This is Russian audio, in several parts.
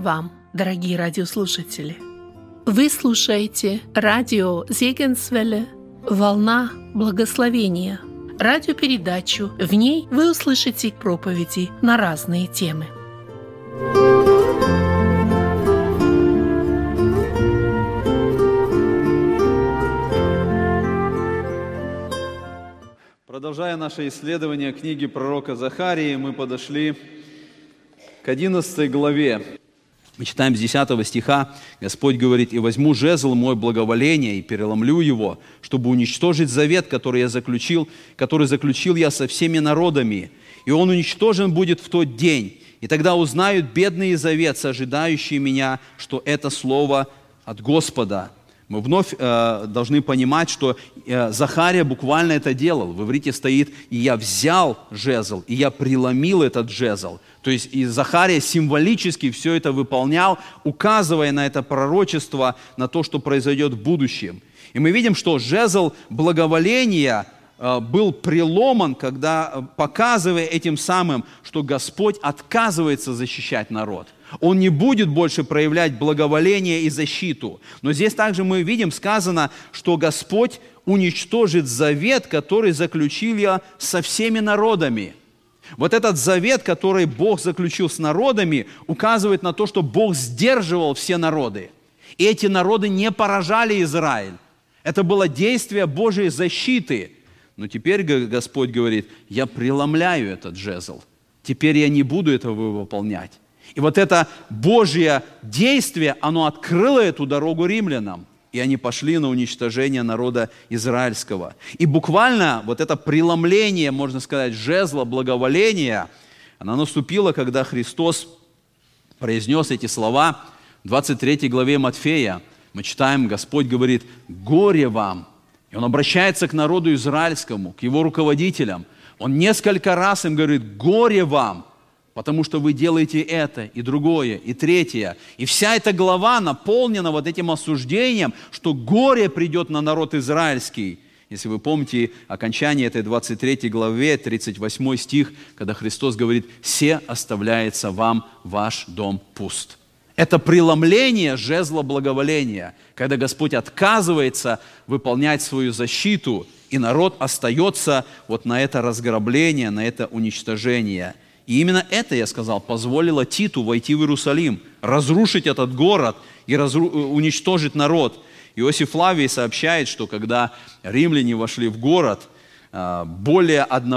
вам, дорогие радиослушатели! Вы слушаете радио Зегенсвелле «Волна благословения», радиопередачу. В ней вы услышите проповеди на разные темы. Продолжая наше исследование книги пророка Захарии, мы подошли к 11 главе. Мы читаем с 10 стиха, Господь говорит: «И возьму жезл мой благоволения и переломлю его, чтобы уничтожить завет, который заключил я со всеми народами. И он уничтожен будет в тот день. И тогда узнают бедные завет, ожидающие меня, что это слово от Господа». Мы вновь должны понимать, что Захария буквально это делал. В иврите стоит: «И я взял жезл, и я преломил этот жезл». То есть и Захария символически все это выполнял, указывая на это пророчество, на то, что произойдет в будущем. И мы видим, что жезл благоволения был преломан, когда показывая этим самым, что Господь отказывается защищать народ. Он не будет больше проявлять благоволение и защиту. Но здесь также мы видим, сказано, что Господь уничтожит завет, который заключил я со всеми народами. Вот этот завет, который Бог заключил с народами, указывает на то, что Бог сдерживал все народы. И эти народы не поражали Израиль. Это было действие Божьей защиты. Но теперь Господь говорит: я преломляю этот жезл. Теперь я не буду этого выполнять. И вот это Божье действие, оно открыло эту дорогу римлянам. И они пошли на уничтожение народа израильского. И буквально вот это преломление, можно сказать, жезла благоволения, оно наступило, когда Христос произнес эти слова. В 23 главе Матфея мы читаем, Господь говорит: «Горе вам!» И Он обращается к народу израильскому, к его руководителям. Он несколько раз им говорит: «Горе вам! Потому что вы делаете это, и другое, и третье». И вся эта глава наполнена вот этим осуждением, что горе придет на народ израильский. Если вы помните окончание этой 23 главе, 38 стих, когда Христос говорит: «Се оставляется вам ваш дом пуст». Это преломление жезла благоволения, когда Господь отказывается выполнять свою защиту, и народ остается вот на это разграбление, на это уничтожение. И именно это, я сказал, позволило Титу войти в Иерусалим, разрушить этот город и уничтожить народ. Иосиф Флавий сообщает, что когда римляне вошли в город, более 1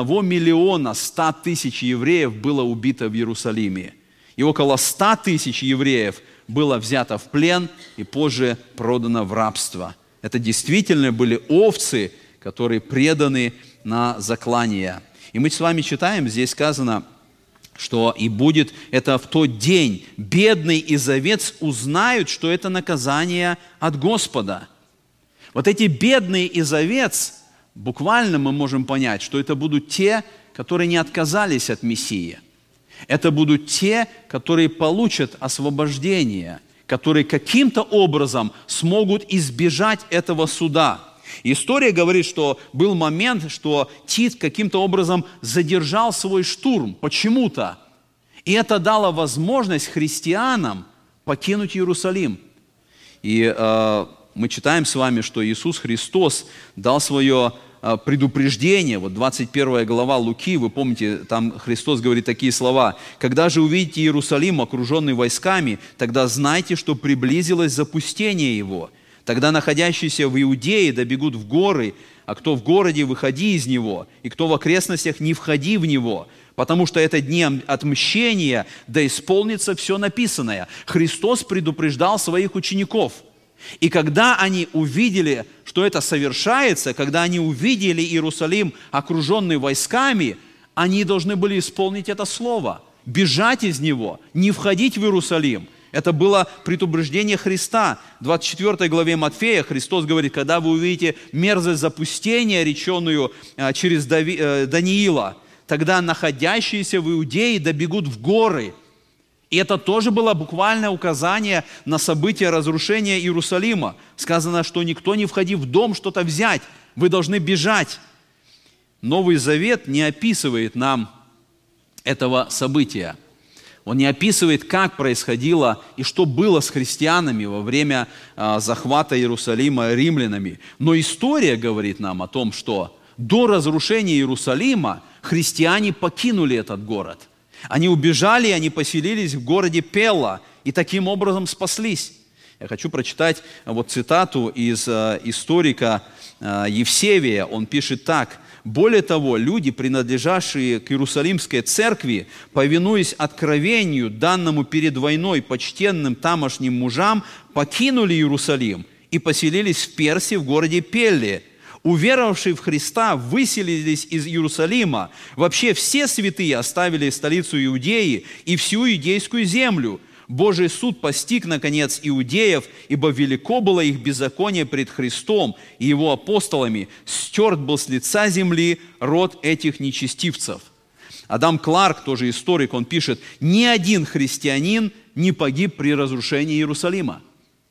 100 000 евреев было убито в Иерусалиме. И около 100 000 евреев было взято в плен и позже продано в рабство. Это действительно были овцы, которые преданы на заклание. И мы с вами читаем, здесь сказано, что и будет это в тот день. Бедный и овец узнают, что это наказание от Господа. Вот эти бедные и овец, буквально мы можем понять, что это будут те, которые не отказались от Мессии. Это будут те, которые получат освобождение, которые каким-то образом смогут избежать этого суда. История говорит, что был момент, что Тит каким-то образом задержал свой штурм почему-то. И это дало возможность христианам покинуть Иерусалим. И мы читаем с вами, что Иисус Христос дал свое предупреждение. Вот 21 глава Луки, вы помните, там Христос говорит такие слова: «Когда же увидите Иерусалим, окруженный войсками, тогда знайте, что приблизилось запустение его. Тогда находящиеся в Иудее добегут в горы, а кто в городе, выходи из него, и кто в окрестностях, не входи в него, потому что это дни отмщения, да исполнится все написанное». Христос предупреждал своих учеников. И когда они увидели, что это совершается, когда они увидели Иерусалим, окруженный войсками, они должны были исполнить это слово, бежать из него, не входить в Иерусалим. Это было предупреждение Христа. В 24 главе Матфея Христос говорит: когда вы увидите мерзость запустения, реченную через Даниила, тогда находящиеся в Иудее добегут в горы. И это тоже было буквальное указание на событие разрушения Иерусалима. Сказано, что никто не входи в дом что-то взять, вы должны бежать. Новый Завет не описывает нам этого события. Он не описывает, как происходило и что было с христианами во время захвата Иерусалима римлянами. Но история говорит нам о том, что до разрушения Иерусалима христиане покинули этот город. Они убежали, они поселились в городе Пелла и таким образом спаслись. Я хочу прочитать цитату из историка Евсевия. Он пишет так: «Более того, люди, принадлежавшие к Иерусалимской церкви, повинуясь откровению, данному перед войной почтенным тамошним мужам, покинули Иерусалим и поселились в Персии, в городе Пелле. Уверовавшие в Христа выселились из Иерусалима. Вообще все святые оставили столицу Иудеи и всю иудейскую землю. Божий суд постиг, наконец, иудеев, ибо велико было их беззаконие пред Христом и Его апостолами. Стерт был с лица земли род этих нечестивцев». Адам Кларк, тоже историк, он пишет: «Ни один христианин не погиб при разрушении Иерусалима».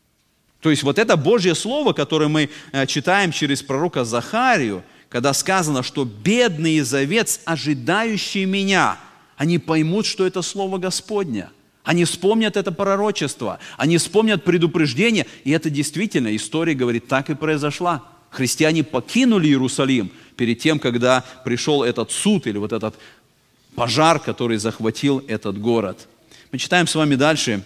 То есть это Божье Слово, которое мы читаем через пророка Захарию, когда сказано, что бедный овец, ожидающие меня, они поймут, что это Слово Господня. Они вспомнят это пророчество, они вспомнят предупреждение, и это действительно, история говорит, так и произошла. Христиане покинули Иерусалим перед тем, когда пришел этот суд или этот пожар, который захватил этот город. Мы читаем с вами дальше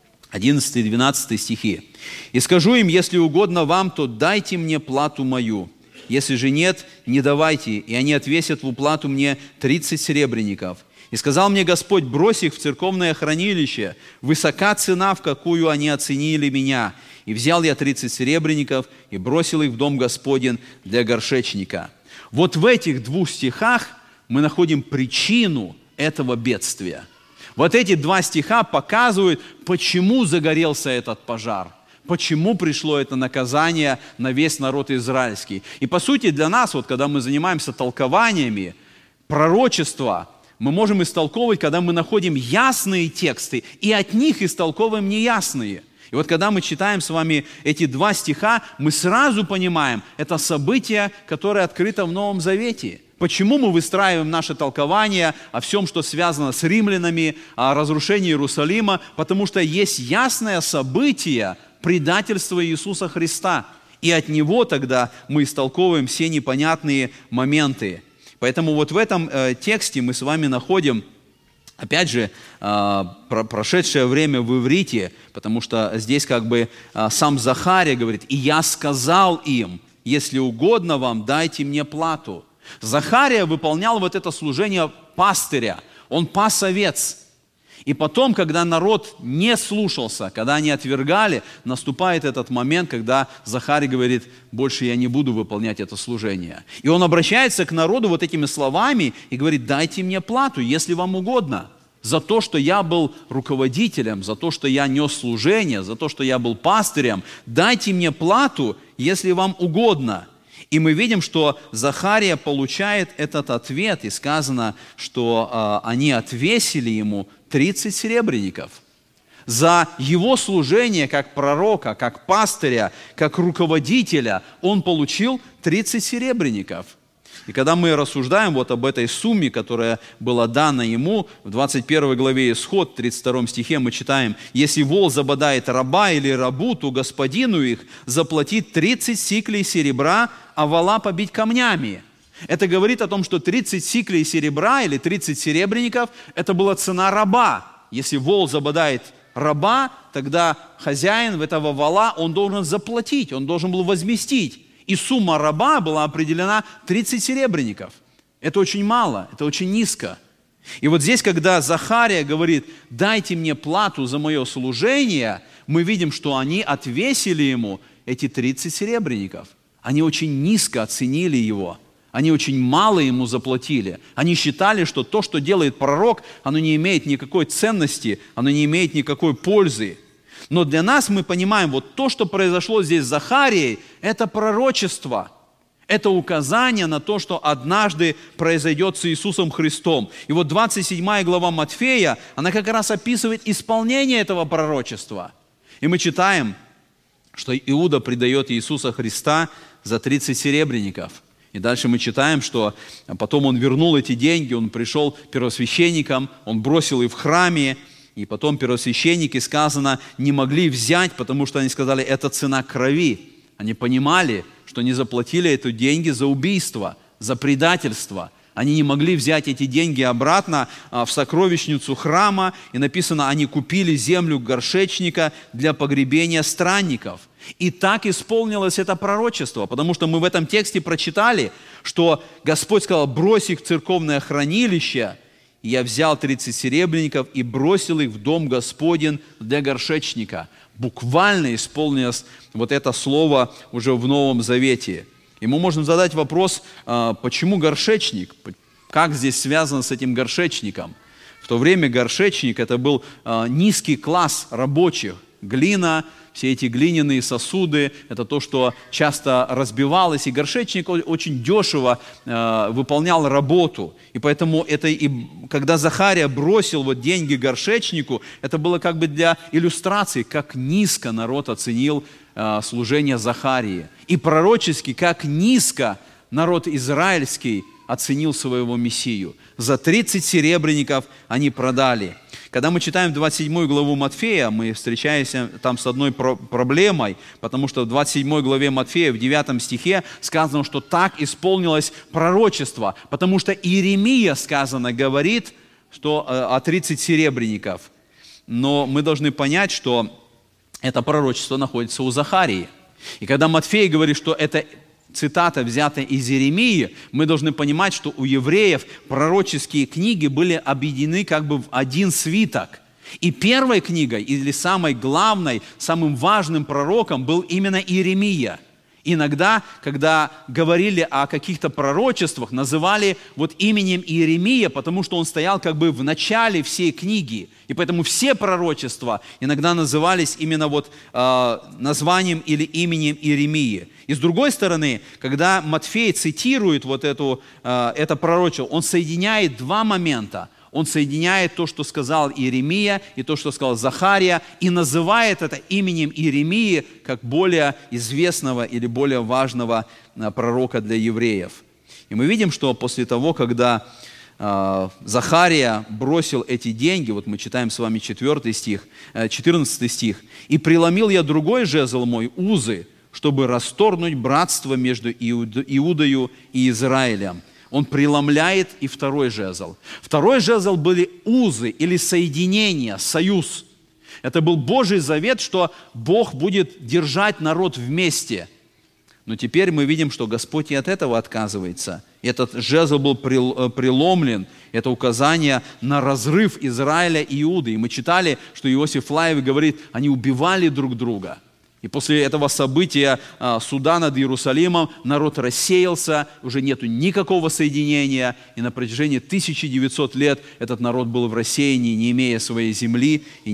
11 и 12 стихи. «И скажу им, если угодно вам, то дайте мне плату мою. Если же нет, не давайте, и они отвесят в уплату мне 30 серебряников. И сказал мне Господь, брось их в церковное хранилище, высока цена, в какую они оценили меня. И взял я 30 серебряников и бросил их в дом Господень для горшечника». В этих двух стихах мы находим причину этого бедствия. Эти два стиха показывают, почему загорелся этот пожар, почему пришло это наказание на весь народ израильский. И по сути для нас, когда мы занимаемся толкованиями, пророчества, мы можем истолковывать, когда мы находим ясные тексты, и от них истолковываем неясные. И когда мы читаем с вами эти два стиха, мы сразу понимаем, это событие, которое открыто в Новом Завете. Почему мы выстраиваем наше толкование о всем, что связано с римлянами, о разрушении Иерусалима? Потому что есть ясное событие предательства Иисуса Христа. И от него тогда мы истолковываем все непонятные моменты. Поэтому в этом тексте мы с вами находим, опять же, прошедшее время в иврите, потому что здесь сам Захария говорит: «И я сказал им, если угодно вам, дайте мне плату». Захария выполнял это служение пастыря, он пас овец. И потом, когда народ не слушался, когда они отвергали, наступает этот момент, когда Захарий говорит: больше я не буду выполнять это служение. И он обращается к народу этими словами и говорит: дайте мне плату, если вам угодно, за то, что я был руководителем, за то, что я нес служение, за то, что я был пастырем. Дайте мне плату, если вам угодно. И мы видим, что Захария получает этот ответ, и сказано, что они отвесили ему 30 серебряников. За его служение как пророка, как пастыря, как руководителя он получил 30 серебряников. И когда мы рассуждаем об этой сумме, которая была дана ему, в 21 главе Исход, 32 стихе мы читаем: «Если вол забодает раба или рабу, то господину их заплатить 30 сиклей серебра, а вола побить камнями». Это говорит о том, что 30 сиклей серебра или 30 серебряников – это была цена раба. Если вол забодает раба, тогда хозяин этого вола, он должен заплатить, он должен был возместить. И сумма раба была определена 30 серебряников. Это очень мало, это очень низко. И здесь, когда Захария говорит: дайте мне плату за мое служение, мы видим, что они отвесили ему эти 30 серебряников. Они очень низко оценили его. Они очень мало ему заплатили. Они считали, что то, что делает пророк, оно не имеет никакой ценности, оно не имеет никакой пользы. Но для нас мы понимаем, то, что произошло здесь с Захарией, это пророчество. Это указание на то, что однажды произойдет с Иисусом Христом. И 27 глава Матфея, она как раз описывает исполнение этого пророчества. И мы читаем, что Иуда предает Иисуса Христа за 30 серебряников. И дальше мы читаем, что потом он вернул эти деньги, он пришел первосвященникам, он бросил их в храме, И потом первосвященники, сказано, не могли взять, потому что они сказали, это цена крови. Они понимали, что они заплатили эти деньги за убийство, за предательство. Они не могли взять эти деньги обратно в сокровищницу храма. И написано, они купили землю горшечника для погребения странников. И так исполнилось это пророчество, потому что мы в этом тексте прочитали, что Господь сказал, брось их в церковное хранилище. И я взял 30 серебряников и бросил их в дом Господень для горшечника. Буквально исполнилось вот это слово уже в Новом Завете. И мы можем задать вопрос, почему горшечник? Как здесь связано с этим горшечником? В то время горшечник – это был низкий класс рабочих. Глина, все эти глиняные сосуды – это то, что часто разбивалось. И горшечник очень дешево выполнял работу. И поэтому когда Захария бросил вот деньги горшечнику, это было как бы для иллюстрации, как низко народ оценил служение Захарии. И пророчески, как низко народ израильский оценил своего Мессию. За 30 серебряников они продали. Когда мы читаем 27 главу Матфея, мы встречаемся там с одной проблемой, потому что в 27 главе Матфея, в 9 стихе сказано, что так исполнилось пророчество, потому что Иеремия, сказано, говорит, что о 30 серебряников. Но мы должны понять, что это пророчество находится у Захарии. И когда Матфей говорит, что это цитата, взятая из Иеремии, мы должны понимать, что у евреев пророческие книги были объединены как бы в один свиток. И первой книгой, или самой главной, самым важным пророком был именно Иеремия. Иногда, когда говорили о каких-то пророчествах, называли вот именем Иеремия, потому что он стоял как бы в начале всей книги. И поэтому все пророчества иногда назывались именно вот названием или именем Иеремии. И с другой стороны, когда Матфей цитирует вот это пророчество, он соединяет два момента. Он соединяет то, что сказал Иеремия, и то, что сказал Захария, и называет это именем Иеремии как более известного или более важного пророка для евреев. И мы видим, что после того, когда Захария бросил эти деньги, вот мы читаем с вами 14 стих, «И преломил я другой жезл мой, узы, чтобы расторгнуть братство между Иудою и Израилем». Он преломляет и второй жезл. Второй жезл были узы или соединения, союз. Это был Божий завет, что Бог будет держать народ вместе. Но теперь мы видим, что Господь и от этого отказывается. Этот жезл был преломлен. Это указание на разрыв Израиля и Иуды. И мы читали, что Иосиф Флавий говорит, они убивали друг друга. И после этого события суда над Иерусалимом народ рассеялся, уже нету никакого соединения, и на протяжении 1900 лет этот народ был в рассеянии, не имея своей земли и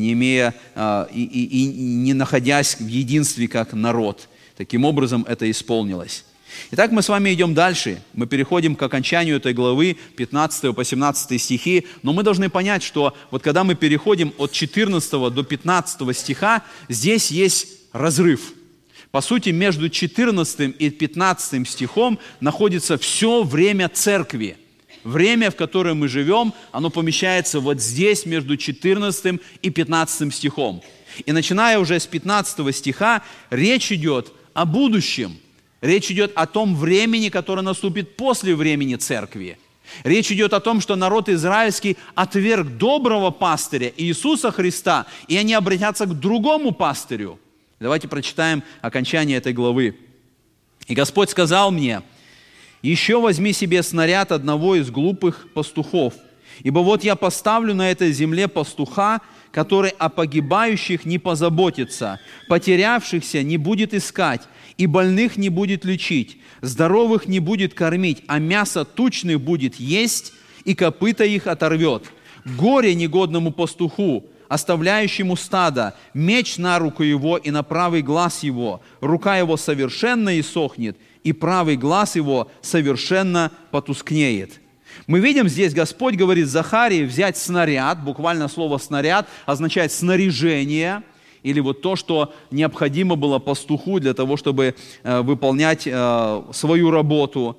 не находясь в единстве как народ. Таким образом это исполнилось. Итак, мы с вами идем дальше. Мы переходим к окончанию этой главы, 15 по 17 стихи. Но мы должны понять, что вот когда мы переходим от 14 до 15 стиха, здесь есть разрыв. По сути, между 14 и 15 стихом находится все время церкви. Время, в котором мы живем, оно помещается вот здесь, между 14 и 15 стихом. И начиная уже с 15 стиха, речь идет о будущем. Речь идет о том времени, которое наступит после времени церкви. Речь идет о том, что народ израильский отверг доброго пастыря Иисуса Христа, и они обратятся к другому пастырю. Давайте прочитаем окончание этой главы. «И Господь сказал мне, еще возьми себе снаряд одного из глупых пастухов, ибо вот я поставлю на этой земле пастуха, который о погибающих не позаботится, потерявшихся не будет искать, и больных не будет лечить, здоровых не будет кормить, а мясо тучных будет есть, и копыта их оторвет. Горе негодному пастуху, оставляющему стадо, меч на руку его и на правый глаз его, рука его совершенно иссохнет, и правый глаз его совершенно потускнеет». Мы видим здесь, Господь говорит Захарии взять снаряд, буквально слово «снаряд» означает снаряжение, или вот то, что необходимо было пастуху для того, чтобы выполнять свою работу.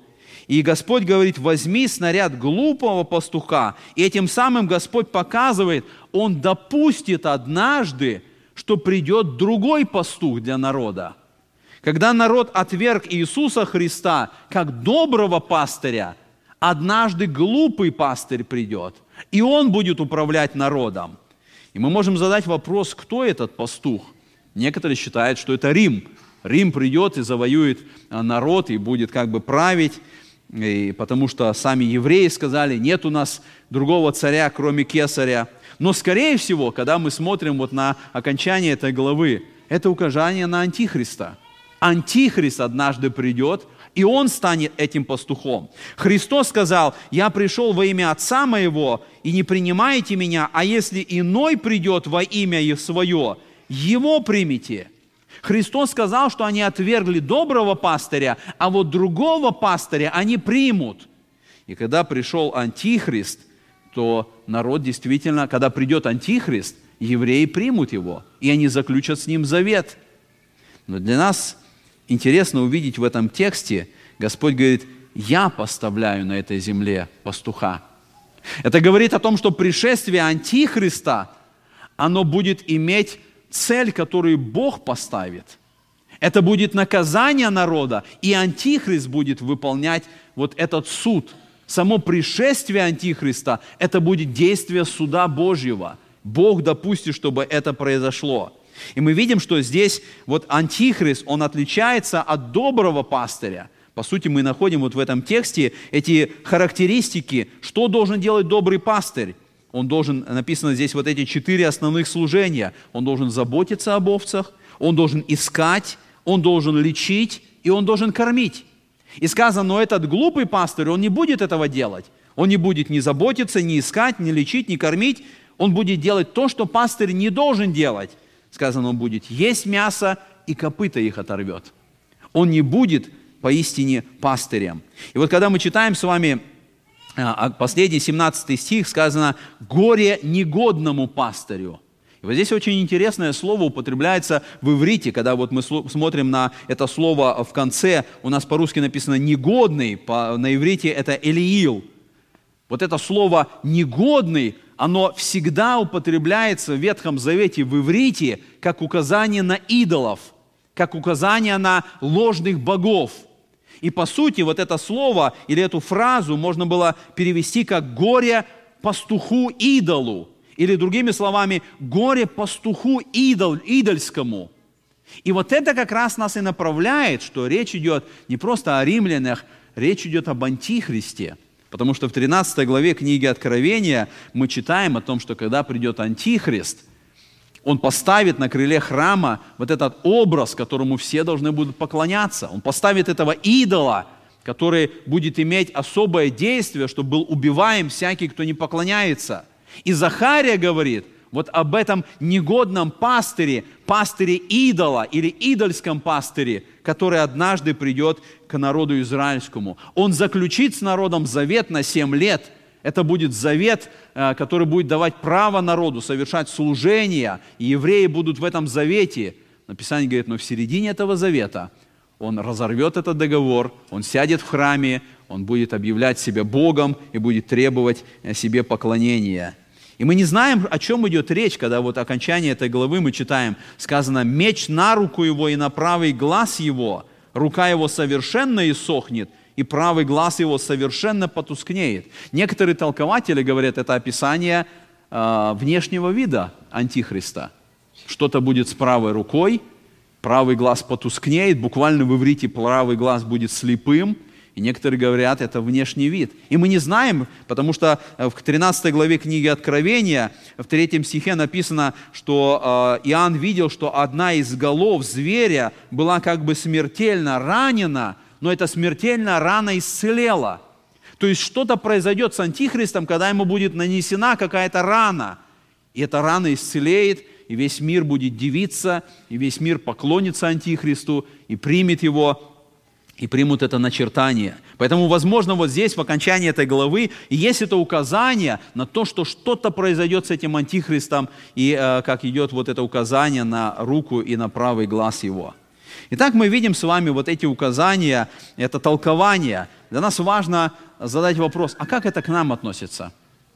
И Господь говорит: возьми снаряд глупого пастуха. И этим самым Господь показывает, Он допустит однажды, что придет другой пастух для народа. Когда народ отверг Иисуса Христа как доброго пастыря, однажды глупый пастырь придет, и он будет управлять народом. И мы можем задать вопрос, кто этот пастух? Некоторые считают, что это Рим. Рим придет и завоюет народ, и будет как бы править, потому что сами евреи сказали: нет у нас другого царя, кроме Кесаря. Но, скорее всего, когда мы смотрим вот на окончание этой главы, это указание на Антихриста. Антихрист однажды придет, и он станет этим пастухом. Христос сказал: «Я пришел во имя Отца моего, и не принимаете меня, а если иной придет во имя свое, его примите». Христос сказал, что они отвергли доброго пастыря, а вот другого пастыря они примут. И когда пришел Антихрист, то народ действительно, когда придет Антихрист, евреи примут его, и они заключат с ним завет. Но для нас интересно увидеть в этом тексте, Господь говорит: «Я поставляю на этой земле пастуха». Это говорит о том, что пришествие Антихриста, оно будет иметь цель, которую Бог поставит. Это будет наказание народа, и Антихрист будет выполнять вот этот суд. Само пришествие Антихриста – это будет действие суда Божьего. Бог допустит, чтобы это произошло. И мы видим, что здесь вот Антихрист, он отличается от доброго пастыря. По сути, мы находим вот в этом тексте эти характеристики, что должен делать добрый пастырь. Он должен, написано здесь вот эти 4 основных служения. Он должен заботиться об овцах, он должен искать, он должен лечить и он должен кормить. И сказано: но этот глупый пастырь, он не будет этого делать. Он не будет ни заботиться, ни искать, ни лечить, ни кормить. Он будет делать то, что пастырь не должен делать. Сказано, он будет есть мясо и копыта их оторвет. Он не будет поистине пастырем. И вот когда мы читаем с вами последний 17 стих, сказано: «Горе негодному пастырю». И вот здесь очень интересное слово употребляется в иврите, когда вот мы смотрим на это слово в конце, у нас по-русски написано «негодный», на иврите это «элиил». Вот это слово «негодный», оно всегда употребляется в Ветхом Завете в иврите как указание на идолов, как указание на ложных богов. И по сути вот это слово или эту фразу можно было перевести как «горе пастуху идолу», или другими словами «горе пастуху идольскому». И вот это как раз нас и направляет, что речь идет не просто о римлянах, речь идет об Антихристе. Потому что в 13 главе книги Откровения мы читаем о том, что когда придет Антихрист, он поставит на крыле храма вот этот образ, которому все должны будут поклоняться. Он поставит этого идола, который будет иметь особое действие, чтобы был убиваем всякий, кто не поклоняется. И Захария говорит вот об этом негодном пастыре, пастыре идола или идольском пастыре, который однажды придет к народу израильскому. Он заключит с народом завет на 7 лет. Это будет завет, который будет давать право народу совершать служение, и евреи будут в этом завете. Но Писание говорит, но в середине этого завета он разорвет этот договор, он сядет в храме, он будет объявлять себя Богом и будет требовать себе поклонения. И мы не знаем, о чем идет речь, когда вот окончание этой главы мы читаем, сказано: «Меч на руку его и на правый глаз его, рука его совершенно иссохнет, и правый глаз его совершенно потускнеет». Некоторые толкователи говорят, это описание внешнего вида Антихриста. Что-то будет с правой рукой, правый глаз потускнеет, буквально в иврите правый глаз будет слепым, и некоторые говорят, это внешний вид. И мы не знаем, потому что в 13 главе книги Откровения, в 3 стихе написано, что Иоанн видел, что одна из голов зверя была как бы смертельно ранена, но эта смертельная рана исцелела. То есть что-то произойдет с Антихристом, когда ему будет нанесена какая-то рана. И эта рана исцелеет, и весь мир будет дивиться, и весь мир поклонится Антихристу, и примет его, и примут это начертание. Поэтому, возможно, вот здесь, в окончании этой главы, есть это указание на то, что что-то произойдет с этим Антихристом, и как идет вот это указание на руку и на правый глаз его. Итак, мы видим с вами вот эти указания, это толкование. Для нас важно задать вопрос, а как это к нам относится?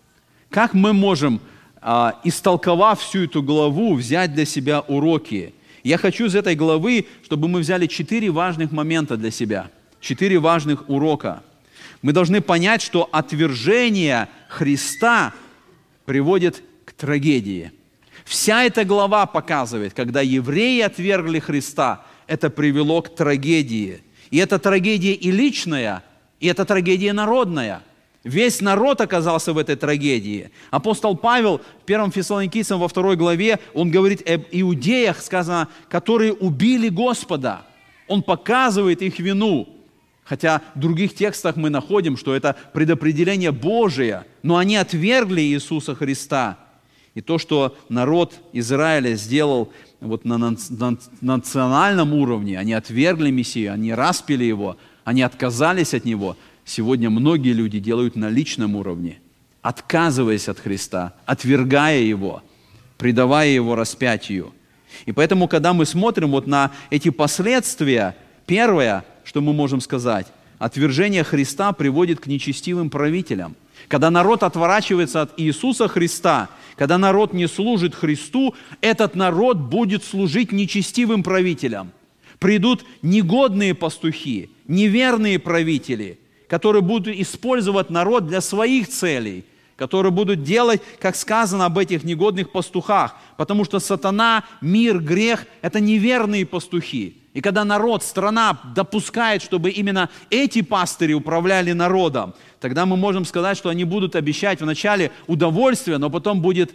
Как мы можем, истолковав всю эту главу, взять для себя уроки? Я хочу из этой главы, чтобы мы взяли 4 важных момента для себя, 4 важных урока. Мы должны понять, что отвержение Христа приводит к трагедии. Вся эта глава показывает, когда евреи отвергли Христа, это привело к трагедии. И это трагедия и личная, и это трагедия народная. Весь народ оказался в этой трагедии. Апостол Павел в 1 Фессалоникийцам во 2 главе, он говорит об иудеях, сказано, которые убили Господа. Он показывает их вину. Хотя в других текстах мы находим, что это предопределение Божие, но они отвергли Иисуса Христа. И то, что народ Израиля сделал вот на национальном уровне, они отвергли Мессию, они распяли Его, они отказались от Него. Сегодня многие люди делают на личном уровне, отказываясь от Христа, отвергая Его, предавая Его распятию. И поэтому, когда мы смотрим вот на эти последствия, первое, что мы можем сказать, отвержение Христа приводит к нечестивым правителям. Когда народ отворачивается от Иисуса Христа, когда народ не служит Христу, этот народ будет служить нечестивым правителям. Придут негодные пастухи, неверные правители, которые будут использовать народ для своих целей, которые будут делать, как сказано об этих негодных пастухах, потому что сатана, мир, грех – это неверные пастухи. И когда народ, страна допускает, чтобы именно эти пастыри управляли народом, тогда мы можем сказать, что они будут обещать вначале удовольствие, но потом будет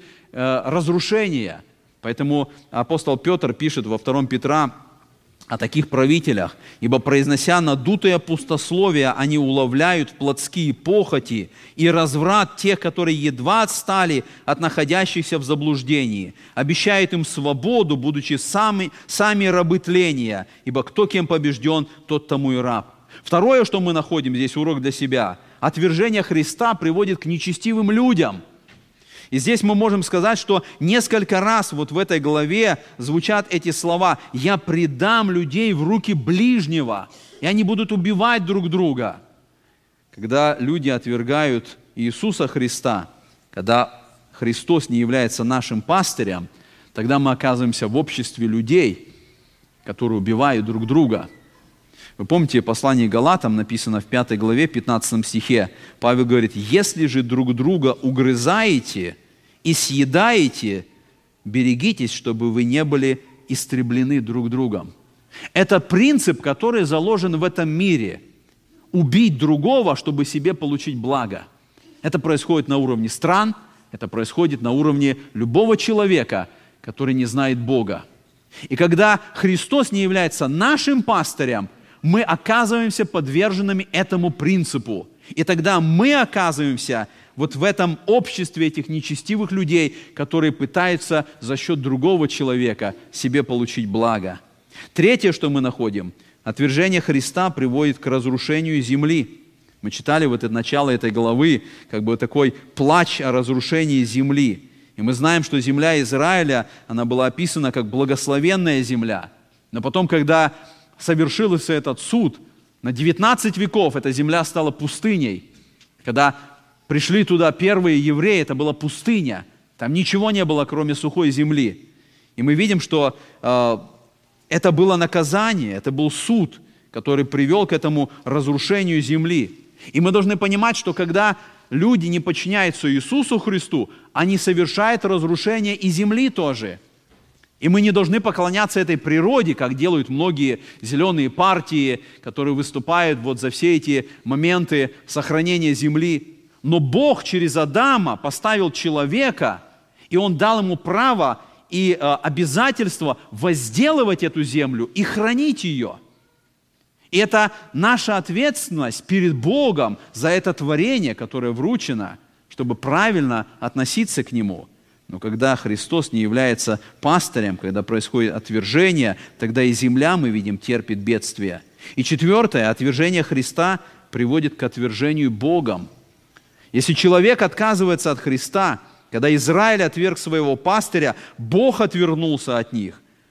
разрушение. Поэтому апостол Петр пишет во 2 Петра о таких правителях. «Ибо, произнося надутое пустословие, они уловляют плотские похоти и разврат тех, которые едва отстали от находящихся в заблуждении, обещают им свободу, будучи сами рабы тления, ибо кто кем побежден, тот тому и раб». Второе, что мы находим здесь, урок для себя, отвержение Христа приводит к нечестивым людям. И здесь мы можем сказать, что несколько раз вот в этой главе звучат эти слова: «Я предам людей в руки ближнего, и они будут убивать друг друга». Когда люди отвергают Иисуса Христа, когда Христос не является нашим пастырем, тогда мы оказываемся в обществе людей, которые убивают друг друга. Вы помните, в послании к Галатам написано в 5 главе, 15 стихе, Павел говорит: «Если же друг друга угрызаете и съедаете, берегитесь, чтобы вы не были истреблены друг другом». Это принцип, который заложен в этом мире. Убить другого, чтобы себе получить благо. Это происходит на уровне стран, это происходит на уровне любого человека, который не знает Бога. И когда Христос не является нашим пастырем, мы оказываемся подверженными этому принципу. И тогда мы оказываемся вот в этом обществе этих нечестивых людей, которые пытаются за счет другого человека себе получить благо. Третье, что мы находим, отвержение Христа приводит к разрушению земли. Мы читали вот это начало этой главы, как бы такой плач о разрушении земли. И мы знаем, что земля Израиля, она была описана как благословенная земля. Но потом, когда совершился этот суд, на 19 веков эта земля стала пустыней. Когда пришли туда первые евреи, это была пустыня. Там ничего не было, кроме сухой земли. И мы видим, что это было наказание, это был суд, который привел к этому разрушению земли. И мы должны понимать, что когда люди не подчиняются Иисусу Христу, они совершают разрушение и земли тоже. И мы не должны поклоняться этой природе, как делают многие зеленые партии, которые выступают вот за все эти моменты сохранения земли. Но Бог через Адама поставил человека, и Он дал ему право и обязательство возделывать эту землю и хранить ее. И это наша ответственность перед Богом за это творение, которое вручено, чтобы правильно относиться к нему. Но когда Христос не является пастырем, когда происходит отвержение, тогда и земля, мы видим, терпит бедствие. И четвертое, отвержение Христа приводит к отвержению Богом. Если человек отказывается от Христа, когда Израиль отверг своего пастыря, Бог отвернулся от них,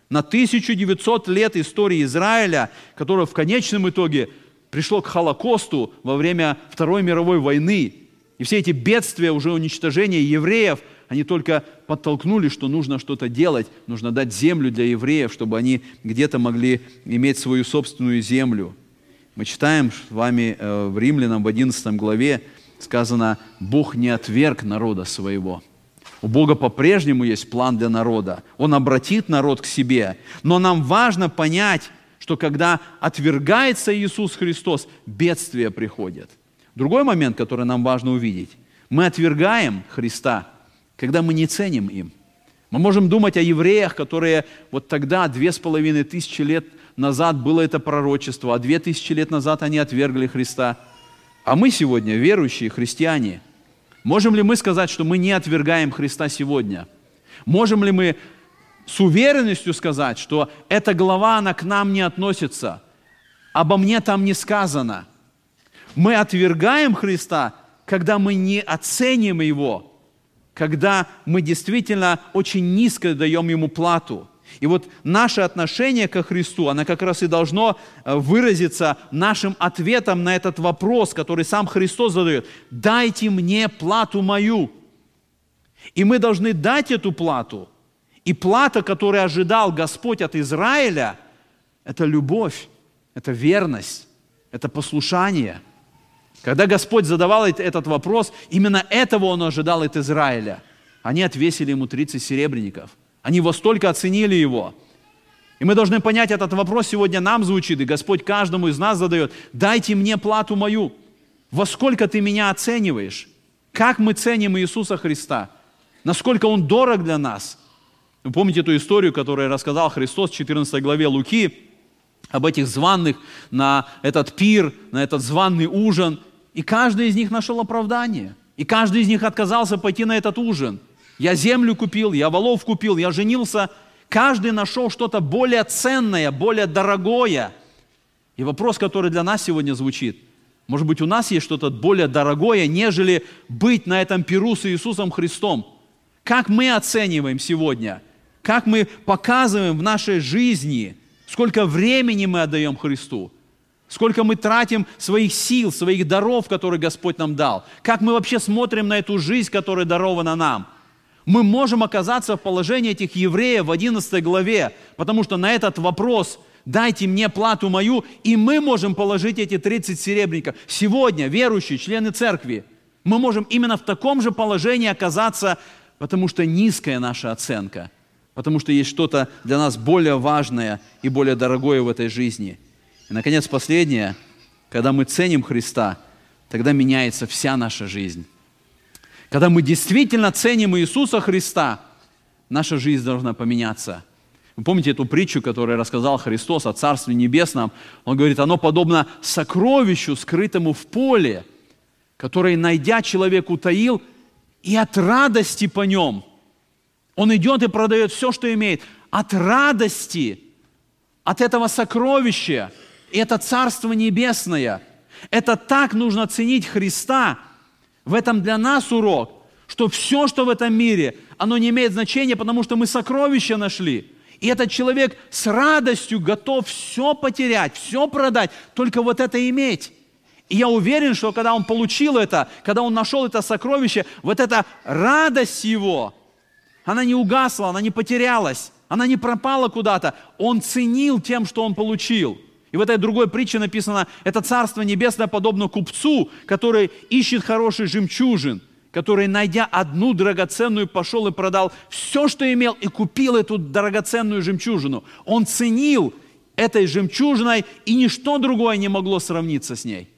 на 1900 лет истории Израиля, которое в конечном итоге пришло к Холокосту во время Второй мировой войны. И все эти бедствия, уже уничтожения евреев, они только подтолкнули, что нужно что-то делать, нужно дать землю для евреев, чтобы они где-то могли иметь свою собственную землю. Мы читаем с вами в Римлянам в 11 главе, сказано: «Бог не отверг народа своего». У Бога по-прежнему есть план для народа. Он обратит народ к себе. Но нам важно понять, что когда отвергается Иисус Христос, бедствия приходят. Другой момент, который нам важно увидеть. Мы отвергаем Христа, когда мы не ценим им. Мы можем думать о евреях, которые вот тогда, 2500 лет назад было это пророчество, а 2000 лет назад они отвергли Христа. А мы сегодня, верующие христиане, можем ли мы сказать, что мы не отвергаем Христа сегодня? Можем ли мы с уверенностью сказать, что эта глава, она к нам не относится, обо мне там не сказано? Мы отвергаем Христа, когда мы не оценим Его, когда мы действительно очень низко даем Ему плату. И вот наше отношение ко Христу, оно как раз и должно выразиться нашим ответом на этот вопрос, который сам Христос задает. «Дайте мне плату мою». И мы должны дать эту плату. И плата, которую ожидал Господь от Израиля, это любовь, это верность, это послушание. Когда Господь задавал этот вопрос, именно этого Он ожидал от Израиля. Они отвесили Ему 30 серебряников. Они во столько оценили Его. И мы должны понять, этот вопрос сегодня нам звучит, и Господь каждому из нас задает: «Дайте мне плату мою». Во сколько ты меня оцениваешь? Как мы ценим Иисуса Христа? Насколько Он дорог для нас? Вы помните ту историю, которую рассказал Христос в 14 главе Луки, об этих званых на этот пир, на этот званый ужин, и каждый из них нашел оправдание, и каждый из них отказался пойти на этот ужин. Я землю купил, я волов купил, я женился. Каждый нашел что-то более ценное, более дорогое. И вопрос, который для нас сегодня звучит: может быть, у нас есть что-то более дорогое, нежели быть на этом пиру с Иисусом Христом? Как мы оцениваем сегодня? Как мы показываем в нашей жизни? Сколько времени мы отдаем Христу? Сколько мы тратим своих сил, своих даров, которые Господь нам дал? Как мы вообще смотрим на эту жизнь, которая дарована нам? Мы можем оказаться в положении этих евреев в 11 главе, потому что на этот вопрос «дайте мне плату мою», и мы можем положить эти 30 серебряников. Сегодня верующие, члены церкви, мы можем именно в таком же положении оказаться, потому что низкая наша оценка, потому что есть что-то для нас более важное и более дорогое в этой жизни. И, наконец, последнее: когда мы ценим Христа, тогда меняется вся наша жизнь. Когда мы действительно ценим Иисуса Христа, наша жизнь должна поменяться. Вы помните эту притчу, которую рассказал Христос о Царстве Небесном? Он говорит: оно подобно сокровищу, скрытому в поле, которое, найдя, человек утаил, и от радости по нем. Он идет и продает все, что имеет. От радости, от этого сокровища. И это Царство Небесное. Это так нужно ценить Христа. В этом для нас урок, что все, что в этом мире, оно не имеет значения, потому что мы сокровища нашли. И этот человек с радостью готов все потерять, все продать, только вот это иметь. И я уверен, что когда он получил это, когда он нашел это сокровище, вот эта радость его, она не угасла, она не потерялась, она не пропала куда-то. Он ценил тем, что он получил. И в этой другой притче написано: это Царство Небесное подобно купцу, который ищет хороший жемчужин, который, найдя одну драгоценную, пошел и продал все, что имел, и купил эту драгоценную жемчужину. Он ценил этой жемчужиной, и ничто другое не могло сравниться с ней.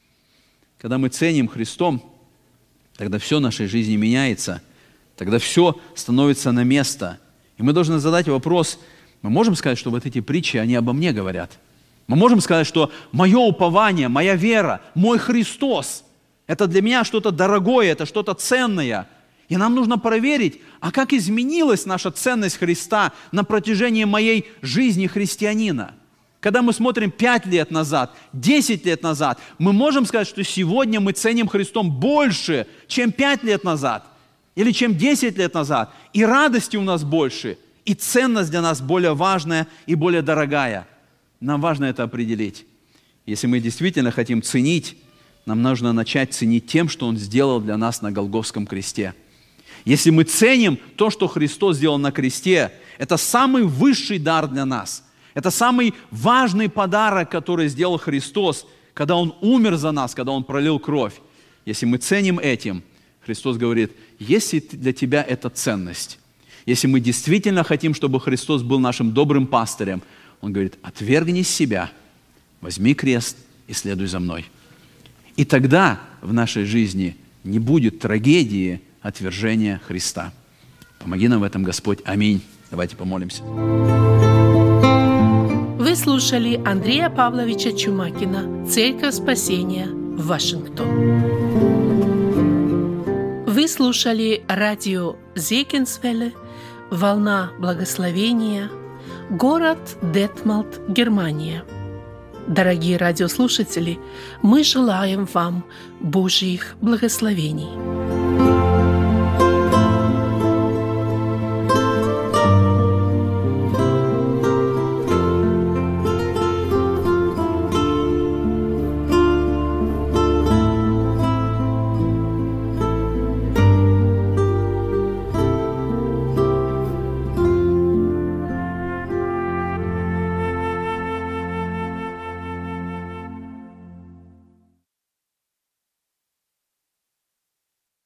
Когда мы ценим Христом, тогда все в нашей жизни меняется, тогда все становится на место. И мы должны задать вопрос: мы можем сказать, что вот эти притчи, они обо мне говорят? Мы можем сказать, что мое упование, моя вера, мой Христос – это для меня что-то дорогое, это что-то ценное. И нам нужно проверить, а как изменилась наша ценность Христа на протяжении моей жизни христианина. Когда мы смотрим 5 лет назад, 10 лет назад, мы можем сказать, что сегодня мы ценим Христом больше, чем 5 лет назад, или чем 10 лет назад, и радости у нас больше, и ценность для нас более важная и более дорогая. Нам важно это определить. Если мы действительно хотим ценить, нам нужно начать ценить тем, что Он сделал для нас на Голгофском кресте. Если мы ценим то, что Христос сделал на кресте, это самый высший дар для нас. Это самый важный подарок, который сделал Христос, когда Он умер за нас, когда Он пролил кровь. Если мы ценим этим, Христос говорит, если для тебя это ценность, если мы действительно хотим, чтобы Христос был нашим добрым пастырем, Он говорит, отвергни себя, возьми крест и следуй за мной. И тогда в нашей жизни не будет трагедии отвержения Христа. Помоги нам в этом, Господь. Аминь. Давайте помолимся. Вы слушали Андрея Павловича Чумакина, Церковь Спасения, Вашингтон. Вы слушали радио Зегенсвелле, «Волна благословения», город Детмалт, Германия. Дорогие радиослушатели, мы желаем вам Божьих благословений.